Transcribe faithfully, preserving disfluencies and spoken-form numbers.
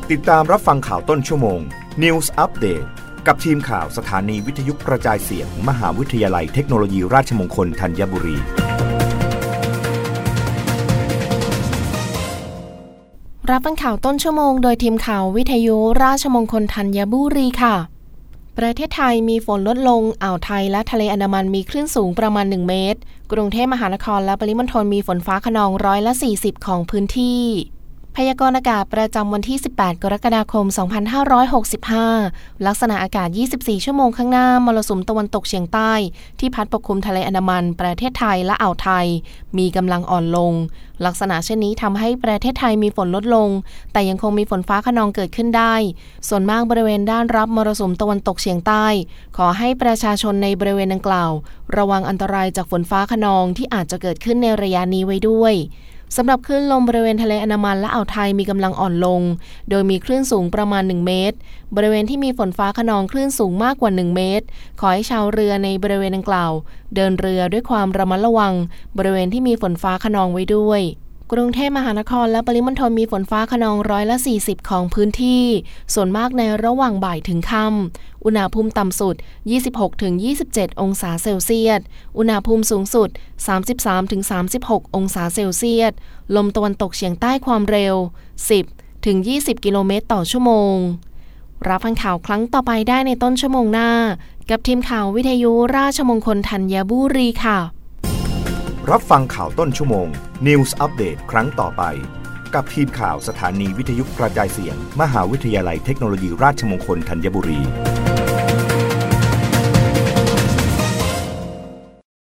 ติดตามรับฟังข่าวต้นชั่วโมง News Update กับทีมข่าวสถานีวิทยุกระจายเสียง มหาวิทยาลัยเทคโนโลยีราชมงคลธัญบุรีรับฟังข่าวต้นชั่วโมงโดยทีมข่าววิทยุราชมงคลธัญบุรีค่ะประเทศไทยมีฝนลดลงอ่าวไทยและทะเลอันดามันมีคลื่นสูงประมาณหนึ่งเมตรกรุงเทพมหานครและปริมณฑลมีฝนฟ้าคะนองร้อยละสี่สิบของพื้นที่พยากรณ์อากาศประจำวันที่สิบแปดกรกฎาคมสองพันห้าร้อยหกสิบห้าลักษณะอากาศยี่สิบสี่ชั่วโมงข้างหน้ามรสุมตะวันตกเฉียงใต้ที่พัดปกคลุมทะเลอันดามันประเทศไทยและอ่าวไทยมีกำลังอ่อนลงลักษณะเช่นนี้ทำให้ประเทศไทยมีฝนลดลงแต่ยังคงมีฝนฟ้าคะนองเกิดขึ้นได้ส่วนมากบริเวณด้านรับมรสุมตะวันตกเฉียงใต้ขอให้ประชาชนในบริเวณดังกล่าวระวังอันตรายจากฝนฟ้าคะนองที่อาจจะเกิดขึ้นในระยะนี้ไว้ด้วยสำหรับคลื่นลมบริเวณทะเลอันดามันและอ่าวไทยมีกำลังอ่อนลงโดยมีคลื่นสูงประมาณหนึ่งเมตรบริเวณที่มีฝนฟ้าคะนองคลื่นสูงมากกว่าหนึ่งเมตรขอให้ชาวเรือในบริเวณดังกล่าวเดินเรือด้วยความระมัดระวังบริเวณที่มีฝนฟ้าคะนองไว้ด้วยกรุงเทพมหานครและปริมณฑลมีฝนฟ้าคะนองร้อยละสี่สิบของพื้นที่ส่วนมากในระหว่างบ่ายถึงค่ำอุณหภูมิต่ำสุด ยี่สิบหกถึงยี่สิบเจ็ด องศาเซลเซียสอุณหภูมิสูงสุด สามสิบสามถึงสามสิบหก องศาเซลเซียสลมตะวันตกเฉียงใต้ความเร็ว สิบถึงยี่สิบ กิโลเมตรต่อชั่วโมงรับฟังข่าวครั้งต่อไปได้ในต้นชั่วโมงหน้ากับทีมข่าววิทยุราชมงคลธัญบุรีค่ะรับฟังข่าวต้นชั่วโมง News Update ครั้งต่อไปกับทีมข่าวสถานีวิทยุกระจายเสียง มหาวิทยาลัยเทคโนโลยีราชมงคลธัญบุรี